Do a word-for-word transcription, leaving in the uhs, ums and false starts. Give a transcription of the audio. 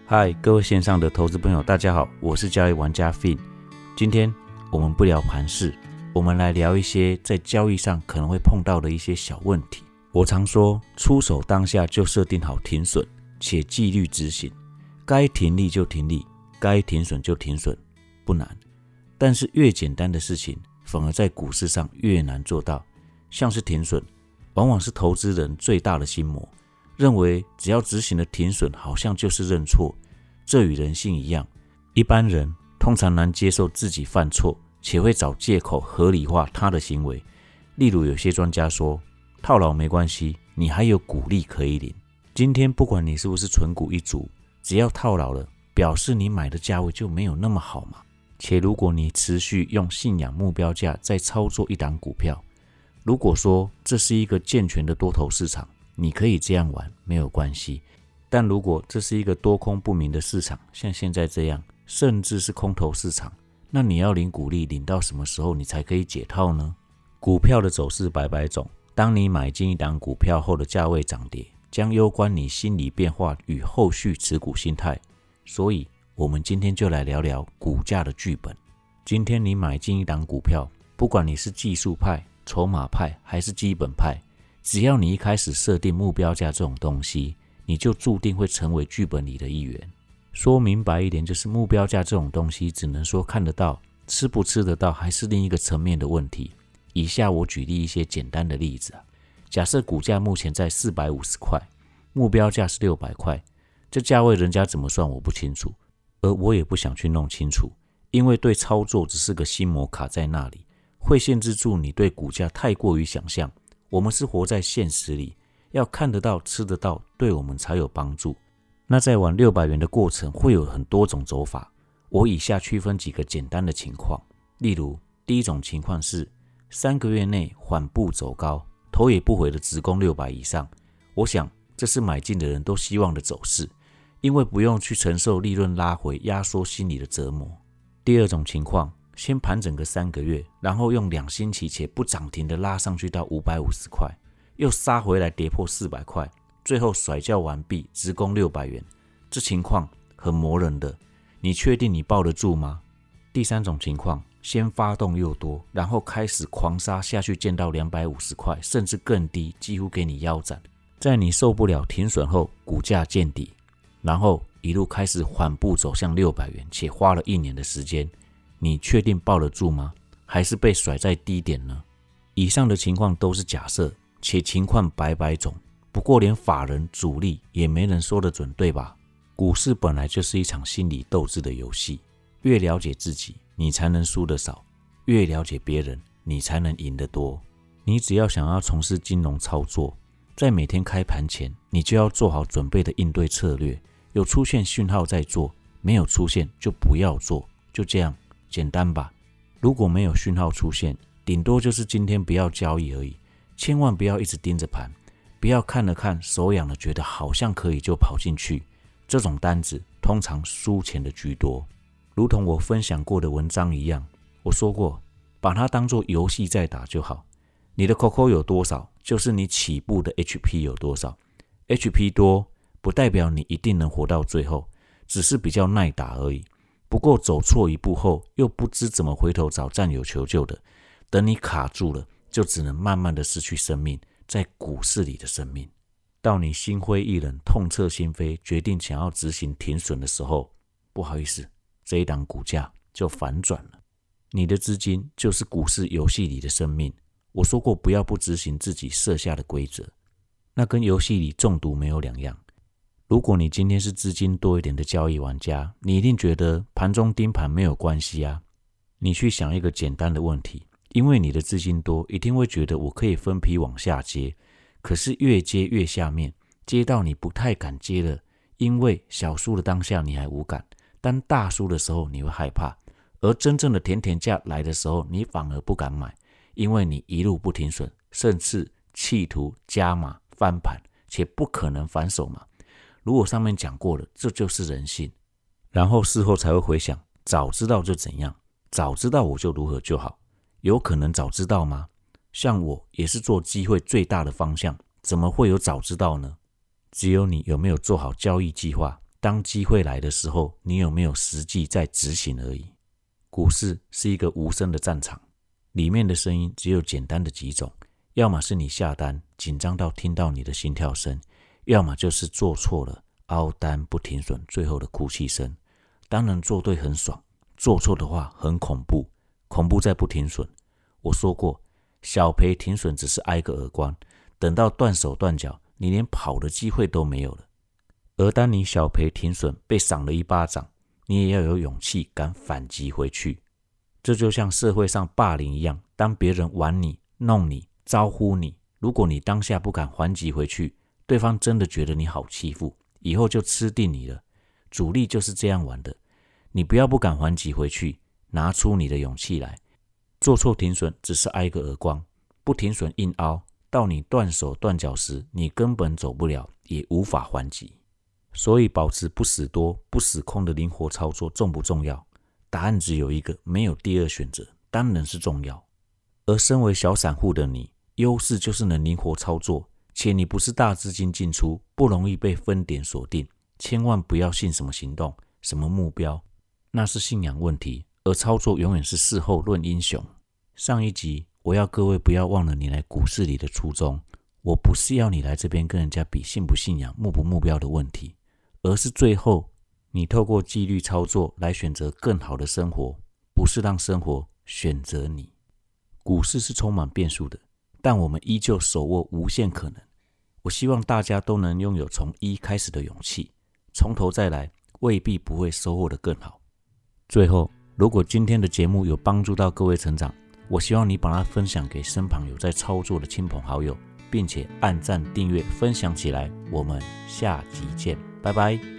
嗨，各位线上的投资朋友，大家好，我是交易玩家 Fin。今天我们不聊盘势，我们来聊一些在交易上可能会碰到的一些小问题。我常说，出手当下就设定好停损，且纪律执行，该停利就停利，该停损就停损，不难。但是越简单的事情，反而在股市上越难做到。像是停损，往往是投资人最大的心魔。认为只要执行了停损，好像就是认错，这与人性一样。一般人通常难接受自己犯错，且会找借口合理化他的行为。例如有些专家说，套牢没关系，你还有股利可以领。今天不管你是不是纯股一族，只要套牢了，表示你买的价位就没有那么好嘛。且如果你持续用信仰目标价在操作一档股票，如果说这是一个健全的多头市场，你可以这样玩，没有关系。但如果这是一个多空不明的市场，像现在这样，甚至是空头市场，那你要领股利，领到什么时候你才可以解套呢？股票的走势百百种，当你买进一档股票后的价位涨跌，将攸关你心理变化与后续持股心态。所以，我们今天就来聊聊股价的剧本。今天你买进一档股票，不管你是技术派、筹码派还是基本派，只要你一开始设定目标价这种东西，你就注定会成为剧本里的一员。说明白一点，就是目标价这种东西只能说看得到，吃不吃得到还是另一个层面的问题。以下我举例一些简单的例子。假设股价目前在四百五十块，目标价是六百块，这价位人家怎么算我不清楚，而我也不想去弄清楚，因为对操作只是个心魔卡在那里，会限制住你对股价太过于想象。我们是活在现实里，要看得到吃得到，对我们才有帮助。那在玩六百元的过程会有很多种走法，我以下区分几个简单的情况。例如，第一种情况是三个月内缓步走高，头也不回的直攻六百以上，我想这是买进的人都希望的走势，因为不用去承受利润拉回压缩心理的折磨。第二种情况，先盘整个三个月，然后用两星期且不涨停的拉上去到五百五十块，又杀回来跌破四百块，最后甩轿完毕，直攻六百元。这情况很磨人的，你确定你抱得住吗？第三种情况，先发动又多，然后开始狂杀下去，见到两百五十块，甚至更低，几乎给你腰斩。在你受不了停损后，股价见底，然后一路开始缓步走向六百元，且花了一年的时间。你确定抱得住吗？还是被甩在低点呢？以上的情况都是假设，且情况百百种，不过连法人主力也没人说得准，对吧？股市本来就是一场心理斗志的游戏，越了解自己，你才能输得少；越了解别人，你才能赢得多。你只要想要从事金融操作，在每天开盘前，你就要做好准备的应对策略，有出现讯号再做，没有出现就不要做，就这样。简单吧？如果没有讯号出现，顶多就是今天不要交易而已。千万不要一直盯着盘，不要看了看手痒了，觉得好像可以就跑进去。这种单子通常输钱的居多。如同我分享过的文章一样，我说过，把它当作游戏在打就好。你的 C O C O 有多少，就是你起步的 H P 有多少。H P 多不代表你一定能活到最后，只是比较耐打而已。不过走错一步后，又不知怎么回头找战友求救的，等你卡住了，就只能慢慢的失去生命，在股市里的生命。到你心灰意冷、痛彻心扉，决定想要执行停损的时候，不好意思，这一档股价就反转了。你的资金就是股市游戏里的生命。我说过，不要不执行自己设下的规则，那跟游戏里中毒没有两样。如果你今天是资金多一点的交易玩家，你一定觉得盘中盯盘没有关系啊。你去想一个简单的问题，因为你的资金多，一定会觉得我可以分批往下接，可是越接越下面，接到你不太敢接了，因为小输的当下你还无感，但大输的时候你会害怕，而真正的甜甜价来的时候，你反而不敢买，因为你一路不停损，甚至企图加码翻盘，且不可能反手嘛。如果上面讲过了，这就是人性。然后事后才会回想，早知道就怎样，早知道我就如何就好。有可能早知道吗？像我也是做机会最大的方向，怎么会有早知道呢？只有你有没有做好交易计划， 当机会来的时候，你有没有实际在执行而已。股市是一个无声的战场，里面的声音只有简单的几种，要么是你下单紧张到听到你的心跳声，要么就是做错了凹单不停损最后的哭泣声。当然做对很爽，做错的话很恐怖，恐怖在不停损。我说过，小赔停损只是挨个耳光，等到断手断脚，你连跑的机会都没有了。而当你小赔停损被赏了一巴掌，你也要有勇气敢反击回去。这就像社会上霸凌一样，当别人玩你、弄你、招呼你，如果你当下不敢还击回去，对方真的觉得你好欺负，以后就吃定你了。主力就是这样玩的，你不要不敢还击回去，拿出你的勇气来。做错停损只是挨个耳光，不停损硬凹，到你断手断脚时，你根本走不了，也无法还击。所以保持不死多不死空的灵活操作重不重要？答案只有一个，没有第二选择，当然是重要。而身为小散户的你，优势就是能灵活操作，且你不是大资金进出，不容易被分点锁定。千万不要信什么行动、什么目标，那是信仰问题，而操作永远是事后论英雄。上一集我要各位不要忘了你来股市里的初衷，我不是要你来这边跟人家比信不信仰、目不目标的问题，而是最后你透过纪律操作来选择更好的生活，不是让生活选择你。股市是充满变数的，但我们依旧手握无限可能。我希望大家都能拥有从一开始的勇气，从头再来，未必不会收获得更好。最后，如果今天的节目有帮助到各位成长，我希望你把它分享给身旁有在操作的亲朋好友，并且按赞、订阅、分享起来。我们下集见，拜拜。